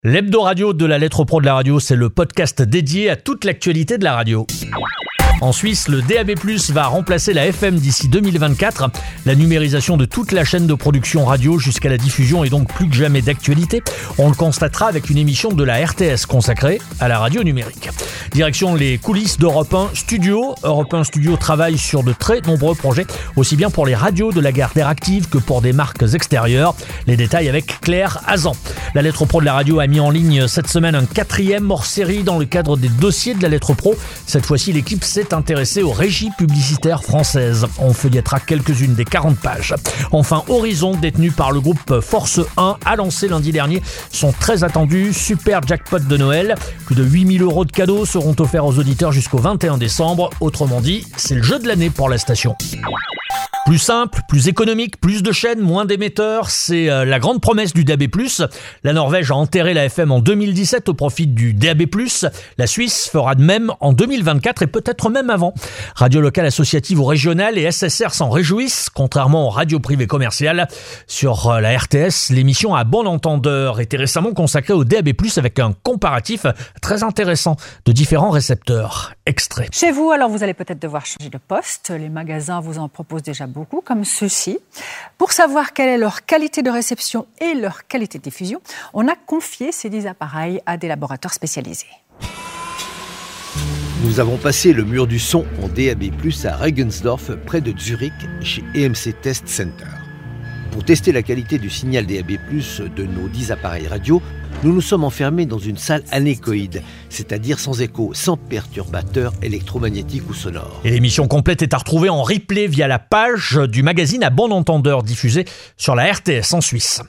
L'Hebdo Radio de la Lettre Pro de la radio, c'est le podcast dédié à toute l'actualité de la radio. En Suisse, le DAB+ va remplacer la FM d'ici 2024. La numérisation de toute la chaîne de production radio jusqu'à la diffusion est donc plus que jamais d'actualité. On le constatera avec une émission de la RTS consacrée à la radio numérique. Direction les coulisses d'Europe 1 Studio. Europe 1 Studio travaille sur de très nombreux projets, aussi bien pour les radios de la Gardère Active que pour des marques extérieures. Les détails avec Claire Hazan. La Lettre Pro de la radio a mis en ligne cette semaine un 4e hors-série dans le cadre des dossiers de la Lettre Pro. Cette fois-ci, l'équipe s'est intéressée aux régies publicitaires françaises. On feuillettera quelques-unes des 40 pages. Enfin, Horizon, détenu par le groupe Force 1, a lancé lundi dernier son très attendu super jackpot de Noël. Plus de 8 000 € de cadeaux seront offerts aux auditeurs jusqu'au 21 décembre. Autrement dit, c'est le jeu de l'année pour la station. Plus simple, plus économique, plus de chaînes, moins d'émetteurs, c'est la grande promesse du DAB+. La Norvège a enterré la FM en 2017 au profit du DAB+. La Suisse fera de même en 2024 et peut-être même avant. Radio locale associative ou régionale et SSR s'en réjouissent, contrairement aux radios privées commerciales. Sur la RTS, l'émission à bon entendeur était récemment consacrée au DAB+, avec un comparatif très intéressant de différents récepteurs. Extrait. Chez vous, alors vous allez peut-être devoir changer de poste. Les magasins vous en proposent déjà beaucoup, comme ceux-ci. Pour savoir quelle est leur qualité de réception et leur qualité de diffusion, on a confié ces 10 appareils à des laboratoires spécialisés. Nous avons passé le mur du son en DAB+, à Regensdorf, près de Zurich, chez EMC Test Center. Pour tester la qualité du signal DAB+, de nos 10 appareils radio, nous nous sommes enfermés dans une salle anéchoïde, c'est-à-dire sans écho, sans perturbateurs électromagnétiques ou sonores. Et l'émission complète est à retrouver en replay via la page du magazine à bon entendeur diffusé sur la RTS en Suisse.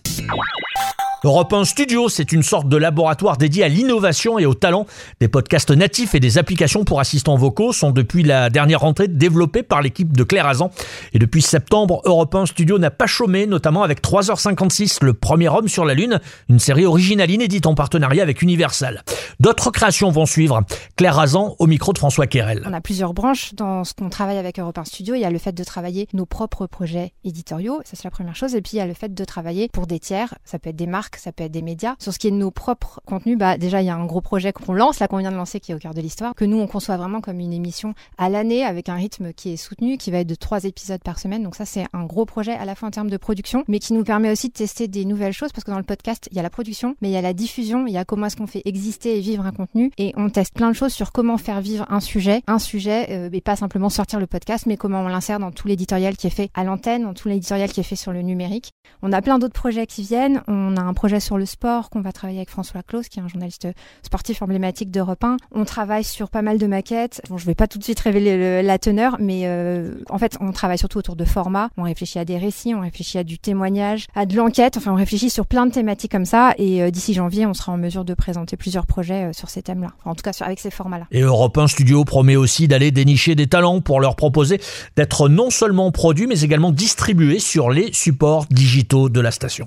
Europe 1 Studio, c'est une sorte de laboratoire dédié à l'innovation et au talent. Des podcasts natifs et des applications pour assistants vocaux sont depuis la dernière rentrée développés par l'équipe de Claire Hazan. Et depuis septembre, Europe 1 Studio n'a pas chômé, notamment avec 3h56, le premier homme sur la Lune, une série originale inédite en partenariat avec Universal. D'autres créations vont suivre. Claire Hazan au micro de François Quérel. On a plusieurs branches dans ce qu'on travaille avec Europe 1 Studio. Il y a le fait de travailler nos propres projets éditoriaux, ça c'est la première chose. Et puis il y a le fait de travailler pour des tiers, ça peut être des marques, ça peut être des médias. Sur ce qui est de nos propres contenus, déjà il y a un gros projet qu'on lance, là qu'on vient de lancer, qui est au cœur de l'histoire, que nous on conçoit vraiment comme une émission à l'année avec un rythme qui est soutenu, qui va être de 3 épisodes par semaine. Donc ça c'est un gros projet à la fois en termes de production, mais qui nous permet aussi de tester des nouvelles choses, parce que dans le podcast il y a la production, mais il y a la diffusion, il y a comment est-ce qu'on fait exister et vivre un contenu, et on teste plein de choses sur comment faire vivre un sujet, et pas simplement sortir le podcast, mais comment on l'insère dans tout l'éditorial qui est fait à l'antenne, dans tout l'éditorial qui est fait sur le numérique. On a plein d'autres projets qui viennent. On a un projet sur le sport qu'on va travailler avec François Claus, qui est un journaliste sportif emblématique d'Europe 1. On travaille sur pas mal de maquettes. Bon, je vais pas tout de suite révéler la teneur, mais en fait, on travaille surtout autour de formats. On réfléchit à des récits, on réfléchit à du témoignage, à de l'enquête. Enfin, on réfléchit sur plein de thématiques comme ça. Et d'ici janvier, on sera en mesure de présenter plusieurs projets sur ces thèmes-là. Enfin, en tout cas, avec ces formats-là. Et Europe 1 Studio promet aussi d'aller dénicher des talents pour leur proposer d'être non seulement produits, mais également distribués sur les supports digitaux de la station.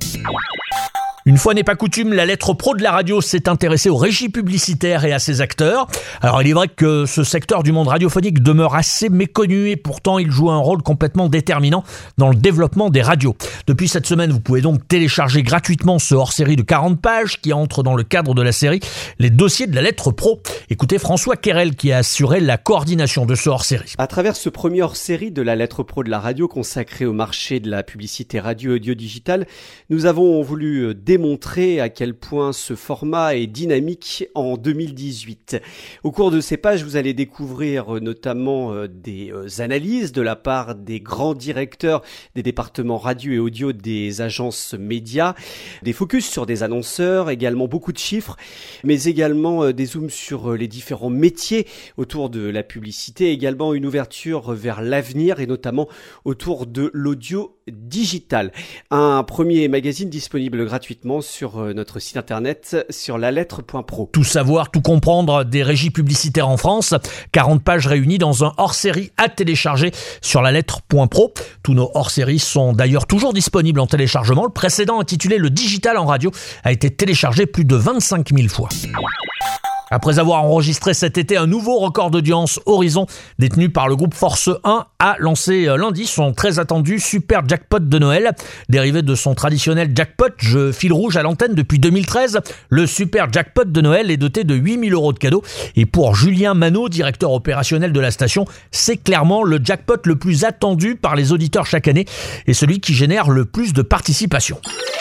Une fois n'est pas coutume, la Lettre Pro de la radio s'est intéressée aux régies publicitaires et à ses acteurs. Alors il est vrai que ce secteur du monde radiophonique demeure assez méconnu et pourtant il joue un rôle complètement déterminant dans le développement des radios. Depuis cette semaine, vous pouvez donc télécharger gratuitement ce hors-série de 40 pages qui entre dans le cadre de la série Les dossiers de la Lettre Pro. Écoutez François Quérel qui a assuré la coordination de ce hors-série. À travers ce premier hors-série de la Lettre Pro de la radio consacré au marché de la publicité radio et audio digitale, nous avons voulu démontrer à quel point ce format est dynamique en 2018. Au cours de ces pages, vous allez découvrir notamment des analyses de la part des grands directeurs des départements radio et audio des agences médias, des focus sur des annonceurs, également beaucoup de chiffres, mais également des zooms sur les différents métiers autour de la publicité, également une ouverture vers l'avenir et notamment autour de l'audio digital. Un premier magazine disponible gratuitement sur notre site internet sur lalettre.pro. Tout savoir, tout comprendre des régies publicitaires en France. 40 pages réunies dans un hors-série à télécharger sur lalettre.pro. Tous nos hors-séries sont d'ailleurs toujours disponibles en téléchargement. Le précédent, intitulé Le digital en radio, a été téléchargé plus de 25 000 fois. Après avoir enregistré cet été un nouveau record d'audience, Horizon, détenu par le groupe Force 1, a lancé lundi son très attendu Super Jackpot de Noël. Dérivé de son traditionnel jackpot, jeu fil rouge à l'antenne depuis 2013, le Super Jackpot de Noël est doté de 8 000 € de cadeaux. Et pour Julien Manot, directeur opérationnel de la station, c'est clairement le jackpot le plus attendu par les auditeurs chaque année et celui qui génère le plus de participation.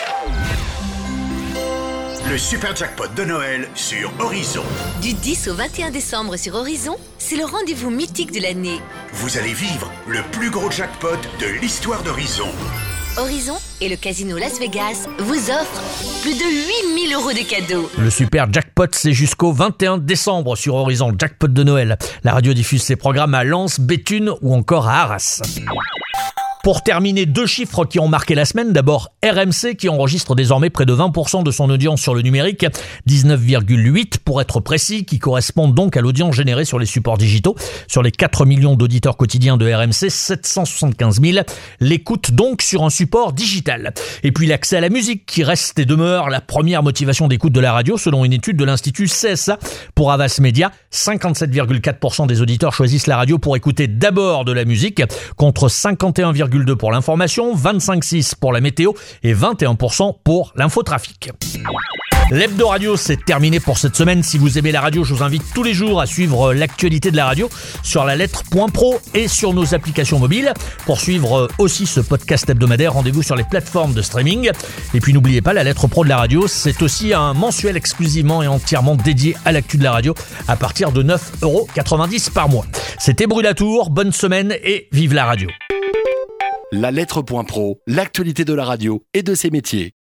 Le Super Jackpot de Noël sur Horizon. Du 10 au 21 décembre sur Horizon, c'est le rendez-vous mythique de l'année. Vous allez vivre le plus gros jackpot de l'histoire d'Horizon. Horizon et le casino Las Vegas vous offrent plus de 8 000 € de cadeaux. Le Super Jackpot, c'est jusqu'au 21 décembre sur Horizon, Jackpot de Noël. La radio diffuse ses programmes à Lens, Béthune ou encore à Arras. Pour terminer, 2 chiffres qui ont marqué la semaine. D'abord, RMC qui enregistre désormais près de 20% de son audience sur le numérique, 19,8 pour être précis, qui correspondent donc à l'audience générée sur les supports digitaux. Sur les 4 millions d'auditeurs quotidiens de RMC, 775 000 l'écoutent donc sur un support digital. Et puis l'accès à la musique qui reste et demeure la première motivation d'écoute de la radio selon une étude de l'Institut CSA. Pour Havas Media, 57,4% des auditeurs choisissent la radio pour écouter d'abord de la musique, contre 51,2% pour l'information, 25,6% pour la météo et 21% pour l'infotrafic. L'Hebdo Radio, c'est terminé pour cette semaine. Si vous aimez la radio, je vous invite tous les jours à suivre l'actualité de la radio sur la lettre .pro et sur nos applications mobiles. Pour suivre aussi ce podcast hebdomadaire, rendez-vous sur les plateformes de streaming. Et puis n'oubliez pas, la lettre Pro de la radio, c'est aussi un mensuel exclusivement et entièrement dédié à l'actu de la radio à partir de 9,90 € par mois. C'était Brûlatour, bonne semaine et vive la radio. La lettre .pro, l'actualité de la radio et de ses métiers.